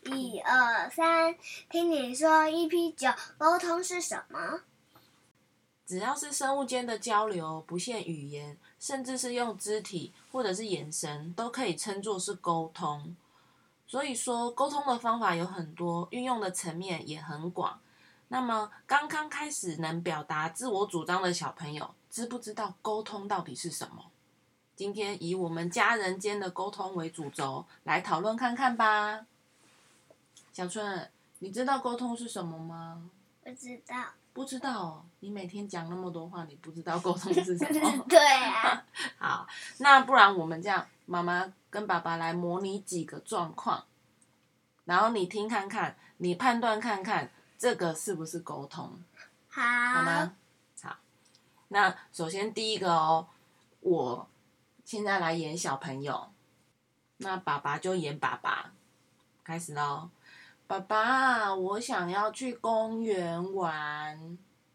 1、2、3，听你说EP9，沟通是什么？ 只要是生物间的交流，不限语言，甚至是用肢体或者是眼神，都可以称作是沟通。所以说，沟通的方法有很多，运用的层面也很广。那么，刚刚开始能表达自我主张的小朋友，知不知道沟通到底是什么？今天以我们家人间的沟通为主轴，来讨论看看吧。小春，你知道沟通是什么吗？ 不知道。 不知道哦，你每天讲那么多话，你不知道沟通是什么？ 对啊。 好，那不然我们这样，妈妈跟爸爸来模拟几个状况，然后你听看看，你判断看看，这个是不是沟通？ 好吗？好，那首先第一个哦，我现在来演小朋友，那爸爸就演爸爸，开始咯。爸爸，我想要去公园玩。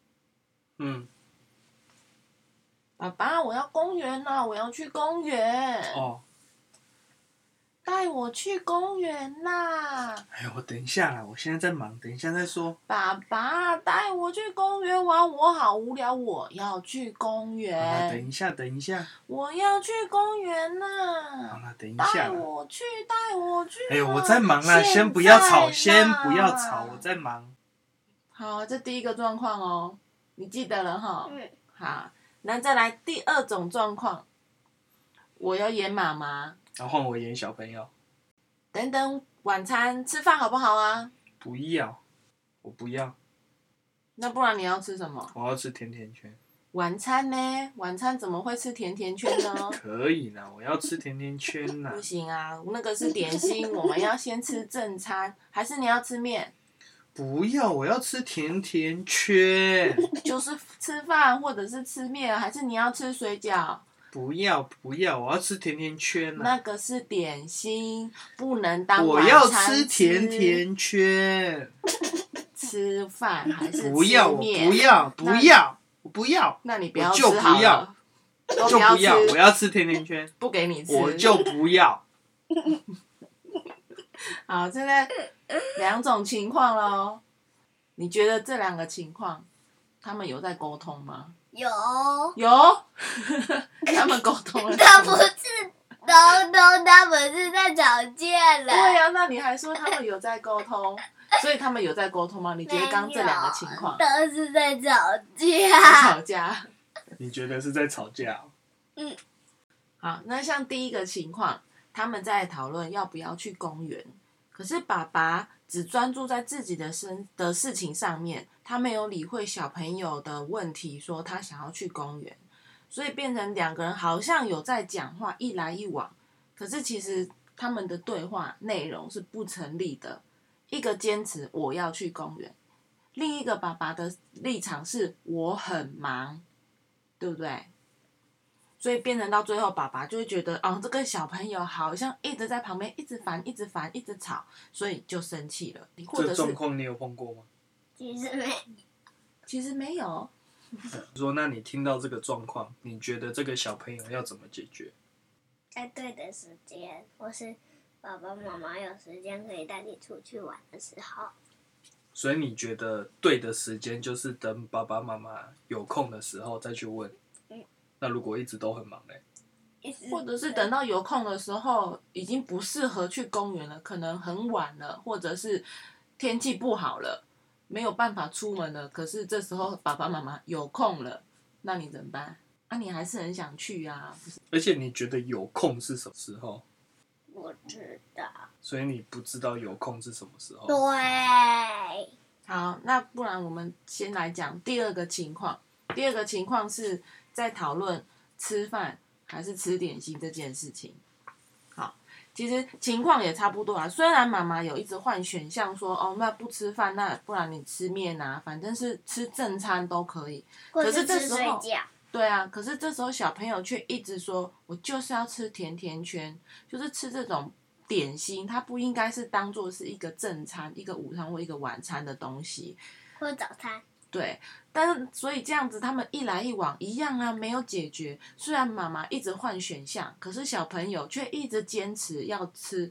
爸爸，我要公园啦，我要去公园。 哦。 带我去公园啦！ 哎呦，等一下啦，我现在在忙，等一下再说。 爸爸，带我去公园玩，我好无聊，我要去公园。 好啦，等一下，等一下。 我要去公园啦！ 好啦，等一下啦。 带我去，带我去。 哎呦，我在忙啦，先不要吵，先不要吵，我在忙。 好，这第一个状况哦，你记得了哈？好，那再来第二种状况，我要演妈妈。 然后换我演小朋友。 等等，晚餐吃饭好不好啊？ 不要，我不要。 那不然你要吃什么？ 我要吃甜甜圈。 晚餐呢？晚餐怎么会吃甜甜圈呢？ 可以啦，我要吃甜甜圈啦。 不行啊，那个是点心，我们要先吃正餐。还是你要吃面？ 不要，我要吃甜甜圈。 就是吃饭或者是吃面，还是你要吃水饺？ 不要不要，我要吃甜甜圈那个是点心，不能当我晚餐要吃甜甜圈。 吃饭还是吃面？ 不要，我不要，不要，我不要。 那你不要我就吃好不要了， 就不要，我要吃甜甜圈。 不给你吃， 我就不要。 好，现在两种情况咯。你觉得这两个情况，他们有在沟通吗？ 有。 他们沟通了。 他不是沟通，他们是在吵架了。 对呀，那你还说他们有在沟通，所以他们有在沟通吗？你觉得刚这两个情况？ 都是在吵在架。 吵架。 你觉得是在吵架？ 好，那像第一个情况，他们在讨论要不要去公园，可是爸爸只专注在自己的事情上面，他没有理会小朋友的问题，说他想要去公园，所以变成两个人好像有在讲话，一来一往，可是其实他们的对话内容是不成立的。一个坚持我要去公园，另一个爸爸的立场是我很忙，对不对？所以变成到最后，爸爸就会觉得，哦，这个小朋友好像一直在旁边，一直烦，一直烦，一直吵，所以就生气了。或者这是状况你有碰过吗？ 其实没有。 说，那你听到这个状况，你觉得这个小朋友要怎么解决？ 在对的时间，或是爸爸妈妈有时间可以带你出去玩的时候。 所以你觉得对的时间就是等爸爸妈妈有空的时候再去问。那如果一直都很忙嘞？ 或者是等到有空的时候，已经不适合去公园了，可能很晚了，或者是天气不好了，没有办法出门了。可是这时候爸爸妈妈有空了，那你怎么办？你还是很想去啊。 而且你觉得有空是什么时候？ 我知道。 所以你不知道有空是什么时候？ 对。 好，那不然我们先来讲第二个情况。第二个情况是在讨论吃饭还是吃点心这件事情。好，其实情况也差不多啊。虽然妈妈有一直换选项说，哦，那不吃饭，那不然你吃面啊，反正是吃正餐都可以。可是这时候，对啊，可是这时候小朋友却一直说，我就是要吃甜甜圈，就是吃这种点心，它不应该是当做是一个正餐、一个午餐或一个晚餐的东西， 或早餐。 对，但是所以这样子他们一来一往一样啊，没有解决。虽然妈妈一直换选项，可是小朋友却一直坚持要吃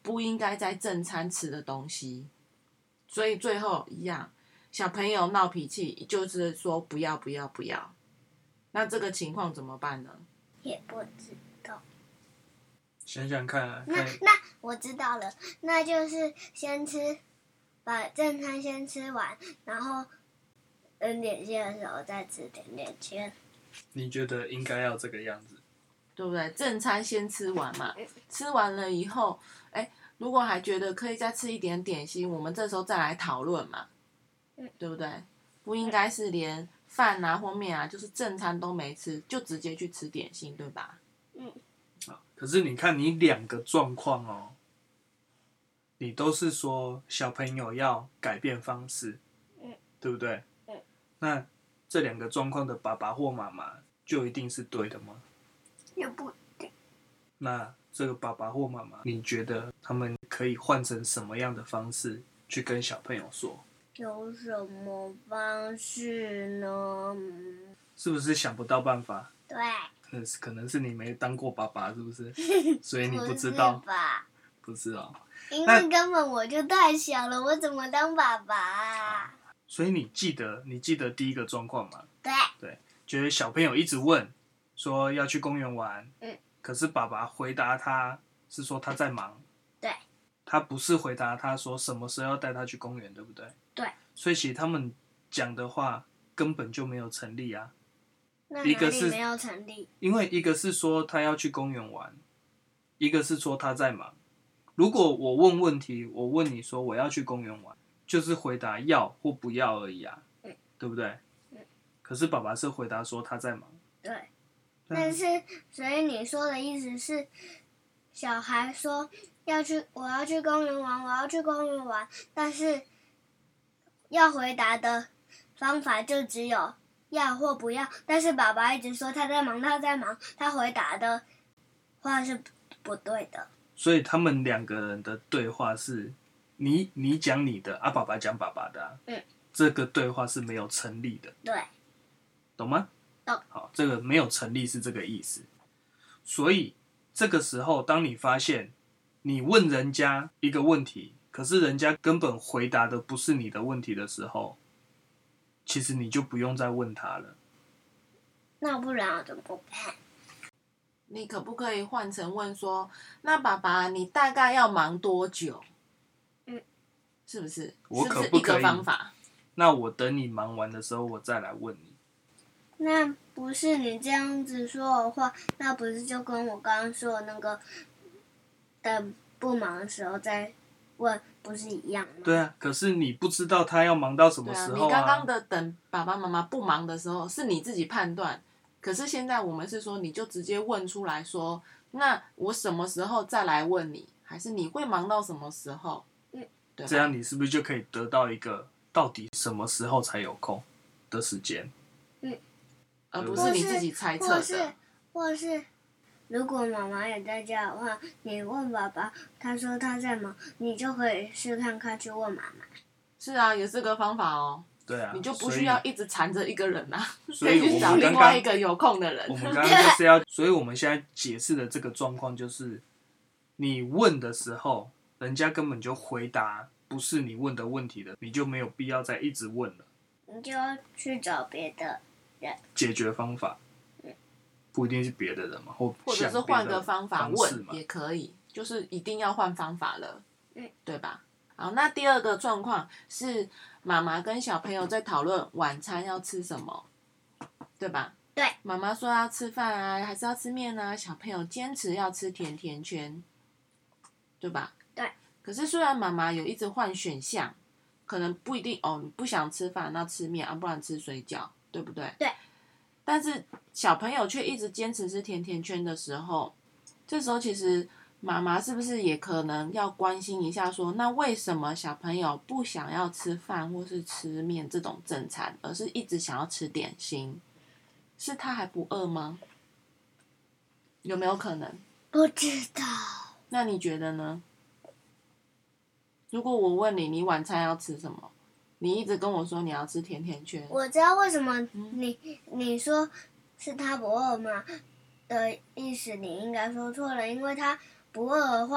不应该在正餐吃的东西。所以最后一样，小朋友闹脾气，就是说不要不要不要。那这个情况怎么办呢？ 也不知道。 想想看啊， 那我知道了，那就是先把正餐先吃完，然后等点心的时候再吃甜甜圈。 你觉得应该要这个样子， 对不对？正餐先吃完嘛，吃完了以后，如果还觉得可以再吃一点点心，我们这时候再来讨论嘛，对不对？不应该是连饭啊或面啊，就是正餐都没吃，就直接去吃点心，对吧？ 可是你看你2个状况哦，你都是说小朋友要改变方式，对不对？那这2个状况的爸爸或妈妈就一定是对的吗？ 也不一定。 那这个爸爸或妈妈，你觉得他们可以换成什么样的方式去跟小朋友说？ 有什么方式呢？ 是不是想不到办法？ 对， 可能是你没当过爸爸，是不是？所以你不知道不是吧？ 不是哦。 因为根本我就太小了，我怎么当爸爸啊？ 所以你记得第一个状况吗？ 对， 就是小朋友一直问说要去公园玩，可是爸爸回答他是说他在忙， 对， 他不是回答他说什么时候要带他去公园，对不对？ 对， 所以其实他们讲的话根本就没有成立啊。 那一个是哪里没有成立？ 因为一个是说他要去公园玩，一个是说他在忙。如果我问问题，我问你说我要去公园玩，就是回答要或不要而已啊，对不对？可是爸爸是回答说他在忙。 对，但是所以你说的意思是，小孩说我要去公园玩，我要去公园玩，但是要回答的方法就只有要或不要，但是爸爸一直说他在忙，他回答的话是不对的。 所以他们2个人的对话是你讲你的啊，爸爸讲爸爸的啊，这个对话是没有成立的， 对， 懂吗？ 懂。 好，这个没有成立是这个意思。所以这个时候，当你发现你问人家一个问题，可是人家根本回答的不是你的问题的时候，其实你就不用再问他了。 那不然我怎么办？ 你可不可以换成问说，那爸爸你大概要忙多久？是不是？ 我可是不是一个不可以方法？ 那我等你忙完的时候，我再来问你。 那不是你这样子说的话，那不是就跟我刚刚说的那个等不忙的时候再问，不是一样吗？ 对啊，可是你不知道他要忙到什么时候你刚刚的等爸爸妈妈不忙的时候是你自己判断，可是现在我们是说你就直接问出来说，那我什么时候再来问你，还是你会忙到什么时候？对吧？ 这样你是不是就可以得到一个到底什么时候才有空的时间？ 而不是你自己猜测的。 或是如果妈妈也在家的话，你问爸爸，他说他在忙，你就可以试看看去问妈妈。 是啊，也是个方法哦。 对啊， 你就不需要一直缠着一个人啊， 所以可以去找另外一个有空的人。 我们刚刚就是要，所以我们现在解释的这个状况就是，你问的时候，人家根本就回答不是你问的问题的，你就没有必要再一直问了。 你就要去找别的人解决方法，不一定是别的人嘛，或者是换个方法问也可以，就是一定要换方法了，对吧？好，那第二个状况是妈妈跟小朋友在讨论晚餐要吃什么，对吧？ 对。 妈妈说要吃饭啊，还是要吃面啊？小朋友坚持要吃甜甜圈，对吧？ 对。 可是虽然妈妈有一直换选项，可能不一定哦，你不想吃饭，那吃面啊，不然吃水饺，对不对？ 对。 但是小朋友却一直坚持吃甜甜圈的时候，这时候其实妈妈是不是也可能要关心一下说，那为什么小朋友不想要吃饭或是吃面这种正餐，而是一直想要吃点心？是他还不饿吗？有没有可能？ 不知道。 那你觉得呢？如果我问你，你晚餐要吃什么？你一直跟我说你要吃甜甜圈。 我知道为什么你说是他不饿吗的意思，你应该说错了，因为他不饿的话，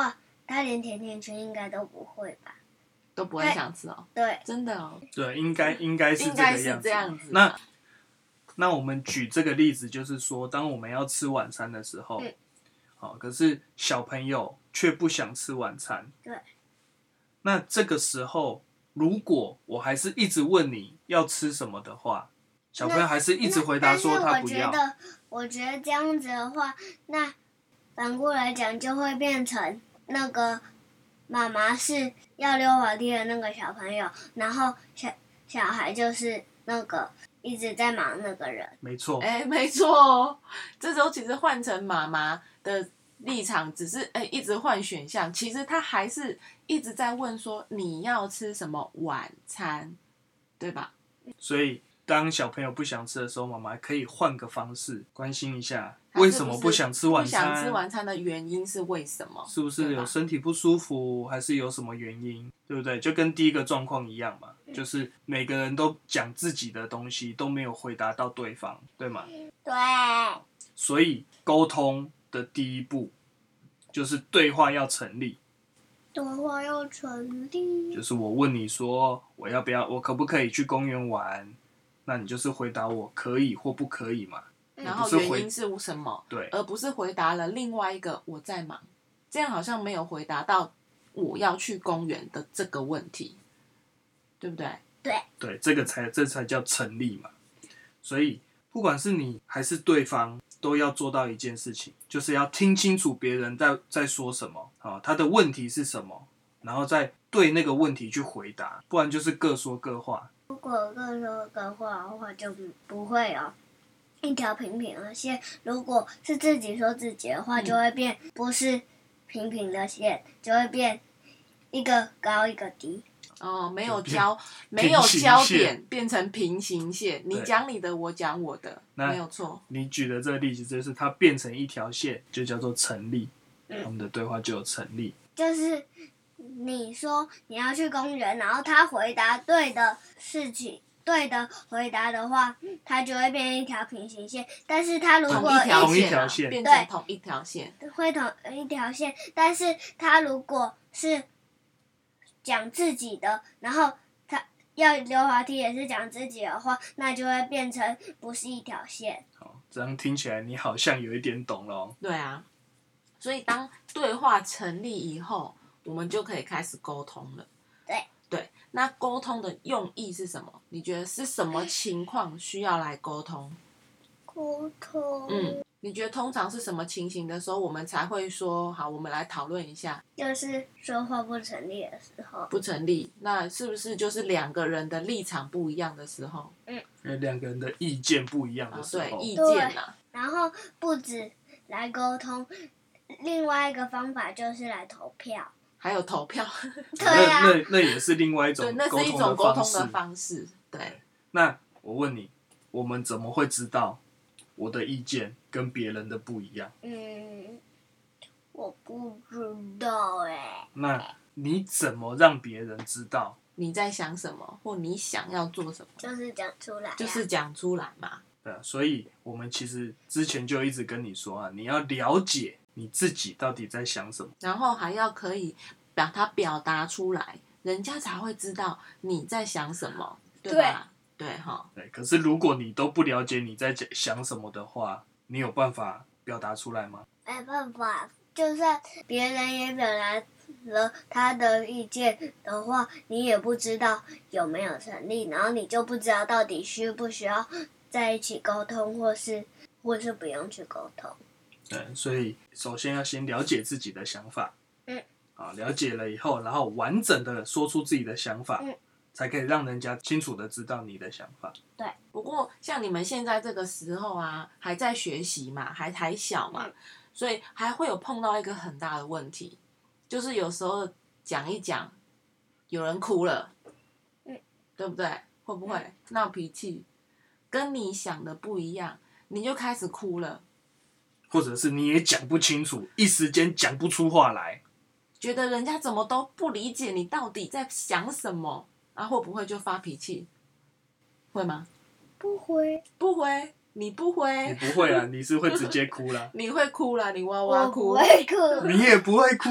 他连甜甜圈应该都不会吧？ 都不会想吃哦。 对， 真的哦。 对，应该是这应该是个样子。 这样子。 那我们举这个例子，就是说，当我们要吃晚餐的时候，好，可是小朋友却不想吃晚餐。 对。 那这个时候，如果我还是一直问你要吃什么的话，小朋友还是一直回答说他不要。 我觉得这样子的话，那反过来讲就会变成那个妈妈是要溜滑梯的那个小朋友，然后小孩就是那个一直在忙那个人。 没错。 没错哦。这时候其实换成妈妈的立场，只是一直换选项，其实他还是一直在问说你要吃什么晚餐，对吧？ 所以当小朋友不想吃的时候，妈妈可以换个方式关心一下， 他是为什么不想吃晚餐？ 不想吃晚餐的原因是为什么？ 是不是有身体不舒服，还是有什么原因？对不对？就跟第一个状况一样嘛，就是每个人都讲自己的东西，都没有回答到对方，对吗？ 对。 所以沟通的第一步就是对话要成立。 对话要成立。 就是我问你说我可不可以去公园玩？那你就是回答我可以或不可以嘛。 然后原因是什么？ 对， 而不是回答了另外一个我在忙，这样好像没有回答到我要去公园的这个问题，对不对？ 对， 这才叫成立嘛。所以不管是你还是对方，都要做到一件事情，就是要听清楚别人在说什么啊，他的问题是什么，然后再对那个问题去回答，不然就是各说各话。 如果各说各话的话，就不会有一条平平的线。如果是自己说自己的话，就会变不是平平的线，就会变一个高一个低。 哦，没有焦点，变成平行线。你讲你的，我讲我的，没有错。 你举的这个例子就是它变成一条线，就叫做成立。我们的对话就有成立。 就是你说你要去公园，然后他回答对的事情，对的回答的话，它就会变一条平行线。但是它如果同一条线变成同一条线， 会同一条线。但是它如果是讲自己的，然后他要溜滑梯也是讲自己的话，那就会变成不是一条线。 好，这样听起来你好像有一点懂了哦。 对啊，所以当对话成立以后，我们就可以开始沟通了。对，那沟通的用意是什么？你觉得是什么情况需要来沟通？ 沟通。 你觉得通常是什么情形的时候，我们才会说好，我们来讨论一下？ 就是说话不成立的时候。 不成立，那是不是就是两个人的立场不一样的时候？ 两个人的意见不一样的时候。 对，意见啊。 然后不止来沟通，另外一个方法就是来投票。 还有投票。 对啊。 那也是另外一种那是一种沟通的方式。对。 那我问你，我们怎么会知道我的意见跟别人的不一样？ 我不知道那你怎么让别人知道你在想什么，或你想要做什么？ 就是讲出来。 就是讲出来嘛。 对啊，所以我们其实之前就一直跟你说啊，你要了解你自己到底在想什么， 然后还要可以把它表达出来，人家才会知道你在想什么，对吧？对哈。 对，可是如果你都不了解你在想什么的话，你有办法表达出来吗？ 没办法，就算别人也表达了他的意见的话，你也不知道有没有成立，然后你就不知道到底需不需要在一起沟通，或是不用去沟通。 对，所以首先要先了解自己的想法。了解了以后，然后完整的说出自己的想法。才可以让人家清楚的知道你的想法。 对，不过像你们现在这个时候啊，还在学习嘛，还小嘛，所以还会有碰到一个很大的问题，就是有时候讲一讲，有人哭了，对不对？会不会闹脾气，跟你想的不一样，你就开始哭了， 或者是你也讲不清楚，一时间讲不出话来， 觉得人家怎么都不理解你到底在想什么。会不会就发脾气？会吗？ 不会， 你不会。 你不会啊，你是会直接哭啦。 你会哭啦，你哇哇哭。 我不会哭。 你也不会哭。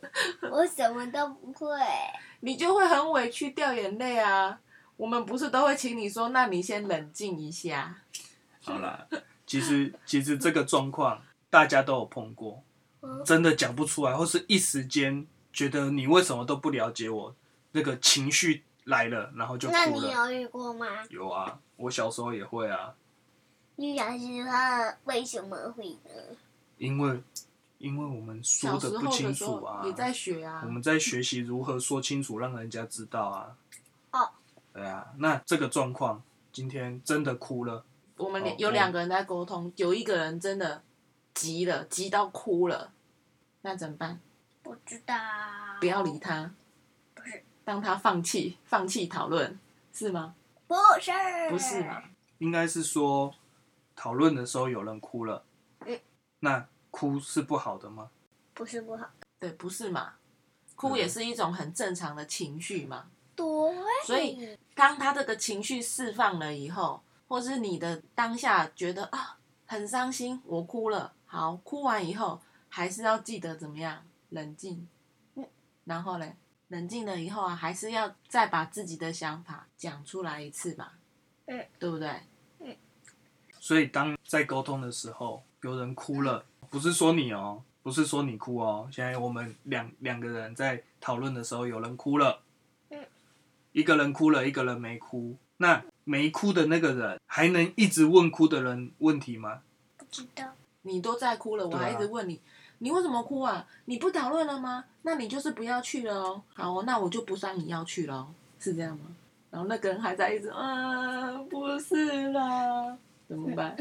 我什么都不会。 你就会很委屈掉眼泪啊。我们不是都会请你说，那你先冷静一下。 好啦，其实这个状况大家都有碰过，真的讲不出来，或是一时间觉得你为什么都不了解我，那个情绪来了，然后就哭了。 那你有遇过吗？ 有啊，我小时候也会啊。 你想知道为什么会呢？ 因为我们说小时候的不清的时候楚啊， 也在学啊。 我们在学习如何说清楚，让人家知道啊。 哦。 对啊，那这个状况今天真的哭了。 我们有2个人在沟通，有一个人真的急了，急到哭了，那怎么办？ 不知道。 不要理他。 不是。 让他放弃讨论，是吗？ 不是。 不是嘛？ 应该是说讨论的时候有人哭了，那哭是不好的吗？ 不是不好。 对，不是嘛？哭也是一种很正常的情绪嘛。 对。 所以当他这个情绪释放了以后，或是你的当下觉得啊很伤心，我哭了，好，哭完以后还是要记得怎么样冷静，然后嘞，冷静了以后啊，还是要再把自己的想法讲出来一次吧，对不对？ 所以当在沟通的时候，有人哭了，不是说你哦，不是说你哭哦，现在我们两个人在讨论的时候，有人哭了，一个人哭了，一个人没哭，那没哭的那个人还能一直问哭的人问题吗？ 不知道。 你都在哭了，我还一直问你，你为什么哭啊？你不讨论了吗？那你就是不要去了哦。好哦，那我就不让你要去了哦，是这样吗？然后那个人还在一直，不是啦，怎么办？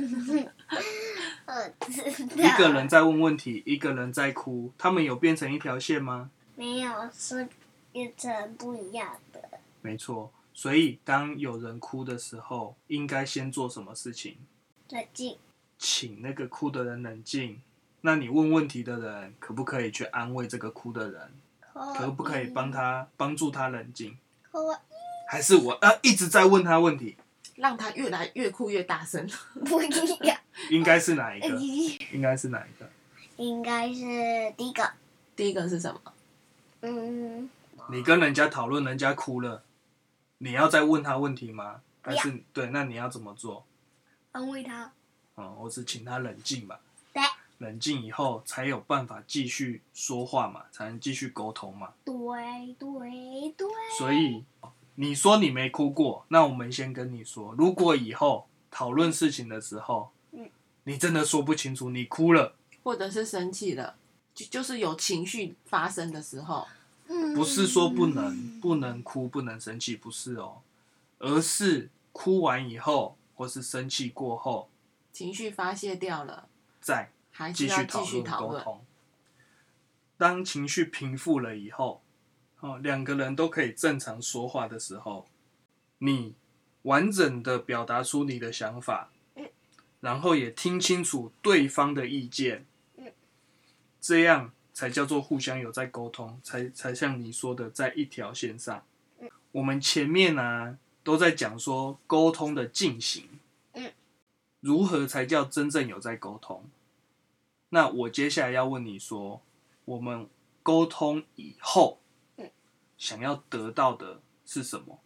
一个人在问问题，一个人在哭，他们有变成一条线吗？ 没有，是变成不一样的。 没错，所以当有人哭的时候，应该先做什么事情？ 冷静。 请那个哭的人冷静。那你问问题的人，可不可以去安慰这个哭的人？可不可以帮助他冷静？还是我一直在问他问题， 让他越来越哭越大声？ 不一样。 应该是哪一个？应该是哪一个？ 应该是第一个。 第一个是什么？ 你跟人家讨论，人家哭了，你要再问他问题吗？还是对？那你要怎么做？ 安慰他。 或是请他冷静嘛。 对。 冷静以后才有办法继续说话嘛，才能继续沟通嘛。 对。 所以你说你没哭过，那我们先跟你说，如果以后讨论事情的时候，你真的说不清楚，你哭了， 或者是生气了，就是有情绪发生的时候， 不是说不能哭，不能生气，不是哦，而是哭完以后，或是生气过后， 情绪发泄掉了， 再继续讨论沟通。当情绪平复了以后，两个人都可以正常说话的时候，你完整的表达出你的想法，然后也听清楚对方的意见，这样才叫做互相有在沟通，才像你说的在一条线上。我们前面都在讲说沟通的进行，如何才叫真正有在沟通。那我接下来要问你说，我们沟通以后，想要得到的是什么？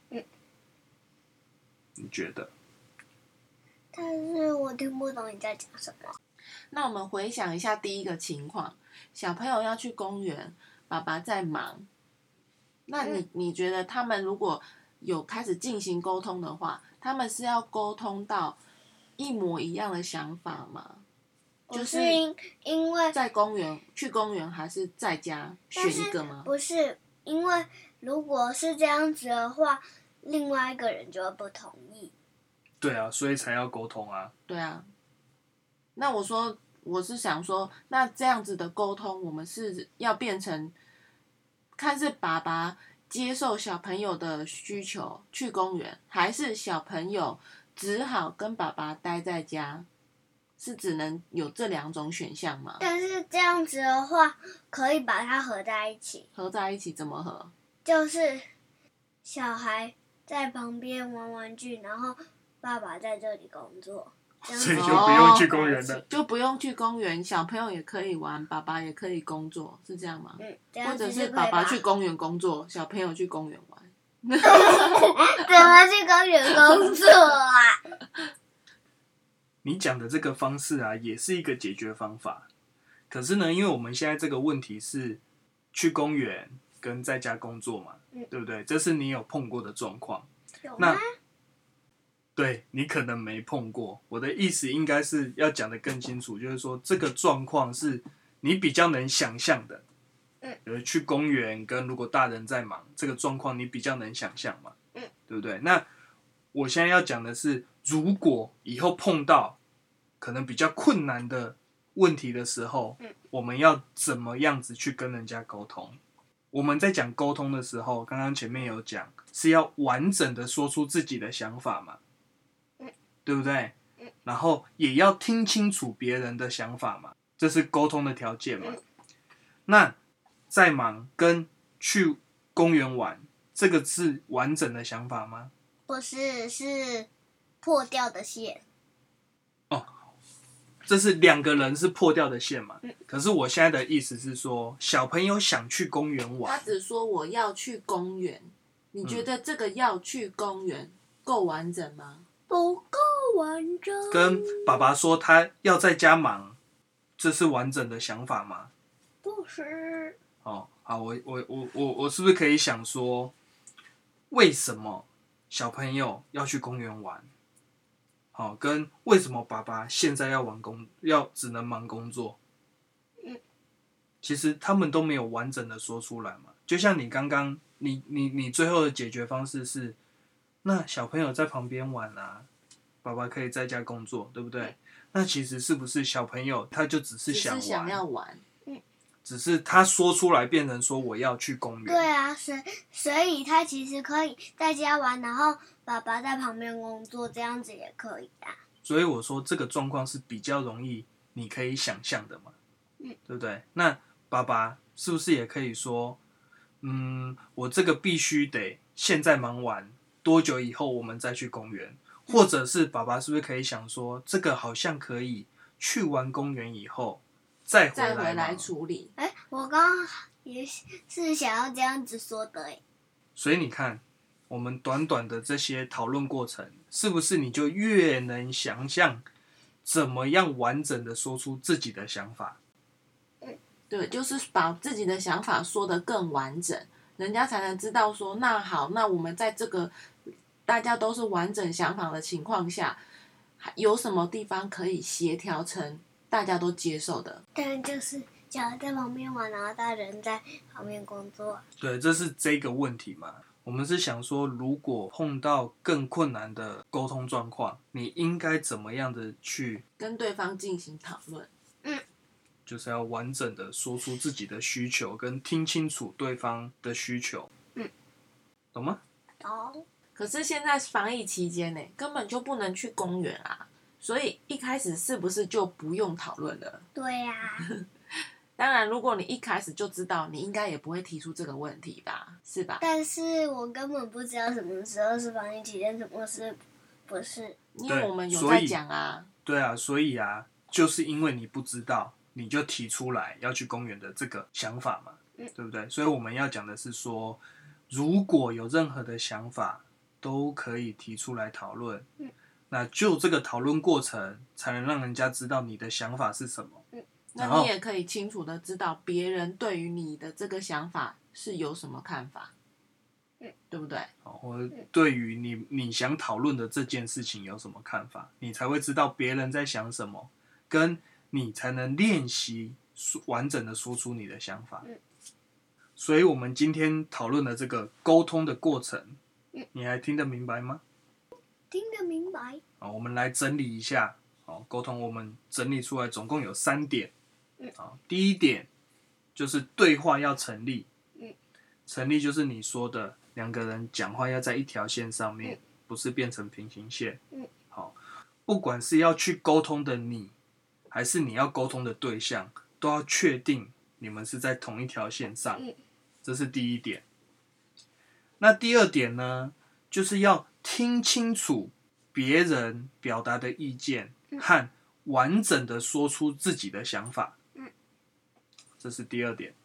你觉得？ 但是我听不懂你在讲什么。 那我们回想一下第一个情况，小朋友要去公园，爸爸在忙。那你觉得他们如果有开始进行沟通的话，他们是要沟通到一模一样的想法吗？就是因为去公园还是在家选一个吗？ 不是，因为如果是这样子的话，另外一个人就会不同意。 对啊，所以才要沟通啊。 对啊。那我是想说，那这样子的沟通，我们是要变成看是爸爸接受小朋友的需求去公园，还是小朋友只好跟爸爸待在家？是只能有这2种选项吗？ 但是这样子的话，可以把它合在一起。 合在一起怎么合？ 就是小孩在旁边玩玩具，然后爸爸在这里工作。 所以就不用去公园了。 就不用去公园，小朋友也可以玩，爸爸也可以工作，是这样吗？或者是爸爸去公园工作，小朋友去公园玩。 怎么去公园工作啊？ 你讲的这个方式啊，也是一个解决方法。可是呢，因为我们现在这个问题是去公园跟在家工作嘛，对不对？这是你有碰过的状况。 有吗？ 那对你可能没碰过。我的意思应该是要讲得更清楚，就是说这个状况是你比较能想象的。去公园跟如果大人在忙，这个状况你比较能想象嘛，对不对？那我现在要讲的是，如果以后碰到可能比较困难的问题的时候，我们要怎么样子去跟人家沟通？我们在讲沟通的时候，刚刚前面有讲是要完整的说出自己的想法嘛，对不对？然后也要听清楚别人的想法嘛，这是沟通的条件嘛。那在忙跟去公园玩，这个是完整的想法吗？ 不是，是破掉的线。 这是两个人是破掉的线嘛？可是我现在的意思是说，小朋友想去公园玩， 他只说我要去公园，你觉得这个要去公园够完整吗？ 不够完整。 跟爸爸说他要在家忙，这是完整的想法吗？ 不是。 好，我是不是可以想说，为什么小朋友要去公园玩？好，跟为什么爸爸现在要只能忙工作？其实他们都没有完整的说出来嘛。就像你刚刚，你最后的解决方式是，那小朋友在旁边玩啊，爸爸可以在家工作，对不对？那其实是不是小朋友他就只是想要玩？ 只是他说出来变成说我要去公园。 对啊，所以他其实可以在家玩，然后爸爸在旁边工作，这样子也可以啊。 所以我说这个状况是比较容易你可以想象的嘛，对不对？那爸爸是不是也可以说，我这个必须得现在忙完，多久以后我们再去公园？或者是爸爸是不是可以想说，这个好像可以去完公园以后再回来处理？ 我刚刚也是想要这样子说的所以你看，我们短短的这些讨论过程，是不是你就越能想象怎么样完整的说出自己的想法？ 对，就是把自己的想法说得更完整，人家才能知道说，那好，那我们在这个大家都是完整想法的情况下，有什么地方可以协调成大家都接受的？ 当然就是小孩在旁边玩，然后大人在旁边工作。 对，这是这个问题嘛。我们是想说，如果碰到更困难的沟通状况，你应该怎么样的去跟对方进行讨论？ 就是要完整的说出自己的需求，跟听清楚对方的需求。懂吗？ 懂。 可是现在防疫期间呢，根本就不能去公园啊，所以一开始是不是就不用讨论了？ 对呀。 当然，如果你一开始就知道，你应该也不会提出这个问题吧？是吧？ 但是我根本不知道什么时候是防疫期间，什么是不是？ 因为我们有在讲啊。 对啊，所以啊，就是因为你不知道，你就提出来要去公园的这个想法嘛，对不对？所以我们要讲的是说，如果有任何的想法，都可以提出来讨论。那就这个讨论过程，才能让人家知道你的想法是什么。 那你也可以清楚的知道别人对于你的这个想法是有什么看法，对不对？ 或者对于你想讨论的这件事情有什么看法，你才会知道别人在想什么，跟你才能练习完整的说出你的想法。所以我们今天讨论的这个沟通的过程，你还听得明白吗？ 听得明白。 我们来整理一下，沟通我们整理出来总共有3点。第一点就是对话要成立，成立就是你说的2个人讲话要在一条线上面，不是变成平行线。好，不管是要去沟通的你，还是你要沟通的对象，都要确定你们是在同一条线上。这是第一点。那第二点呢，就是要听清楚别人表达的意见， 和完整的说出自己的想法。这是第二点。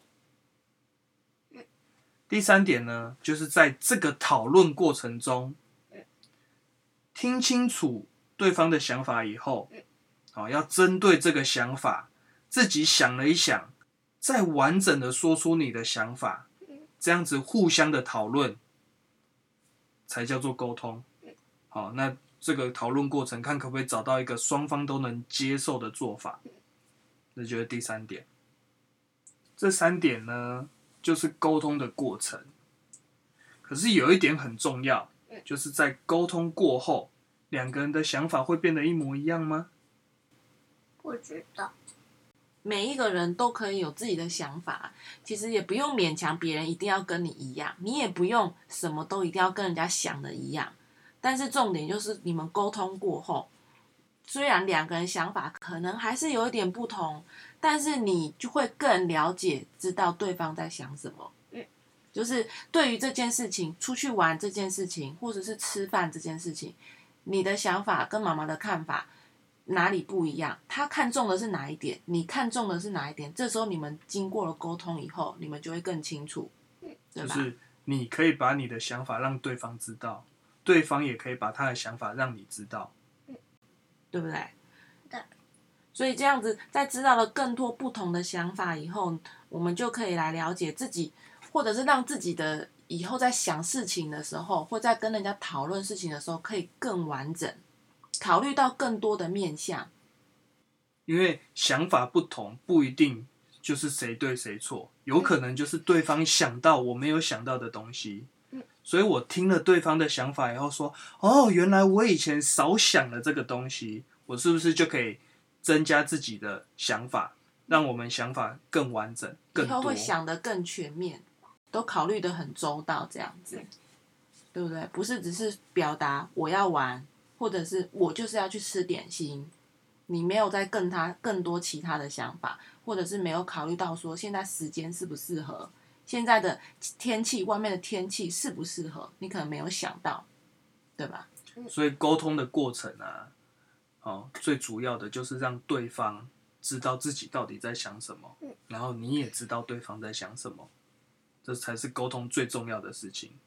第三点呢，就是在这个讨论过程中，听清楚对方的想法以后，要针对这个想法自己想了一想，再完整的说出你的想法，这样子互相的讨论，才叫做沟通。好，那这个讨论过程，看可不可以找到一个双方都能接受的做法，这就是第三点。这三点呢，就是沟通的过程。可是有一点很重要，就是在沟通过后，两个人的想法会变得一模一样吗？ 不知道。 每一个人都可以有自己的想法，其实也不用勉强别人一定要跟你一样，你也不用什么都一定要跟人家想的一样。但是重点就是你们沟通过后，虽然两个人想法可能还是有一点不同，但是你就会更了解，知道对方在想什么。就是对于这件事情，出去玩这件事情，或者是吃饭这件事情，你的想法跟妈妈的看法哪里不一样？他看重的是哪一点？你看重的是哪一点？这时候你们经过了沟通以后，你们就会更清楚，对吧？ 就是你可以把你的想法让对方知道，对方也可以把他的想法让你知道， 对不对？ 对。 所以这样子，在知道了更多不同的想法以后，我们就可以来了解自己，或者是让自己的以后在想事情的时候，或在跟人家讨论事情的时候，可以更完整，考虑到更多的面向。 因为想法不同，不一定就是谁对谁错，有可能就是对方想到我没有想到的东西。所以我听了对方的想法以后说，哦，原来我以前少想了这个东西，我是不是就可以增加自己的想法，让我们想法更完整、更多？ 以后会想得更全面，都考虑得很周到，这样子，对不对？不是只是表达我要玩，或者是我就是要去吃点心，你没有再跟他更多其他的想法，或者是没有考虑到说现在时间适不适合，现在的天气，外面的天气适不适合，你可能没有想到，对吧？ 所以沟通的过程啊，最主要的就是让对方知道自己到底在想什么，然后你也知道对方在想什么，这才是沟通最重要的事情。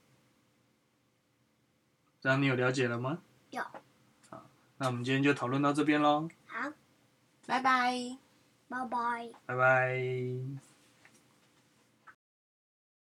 这样你有了解了吗？ 有。 好，那我们今天就讨论到这边咯。 好， 拜拜。 拜拜。 拜拜。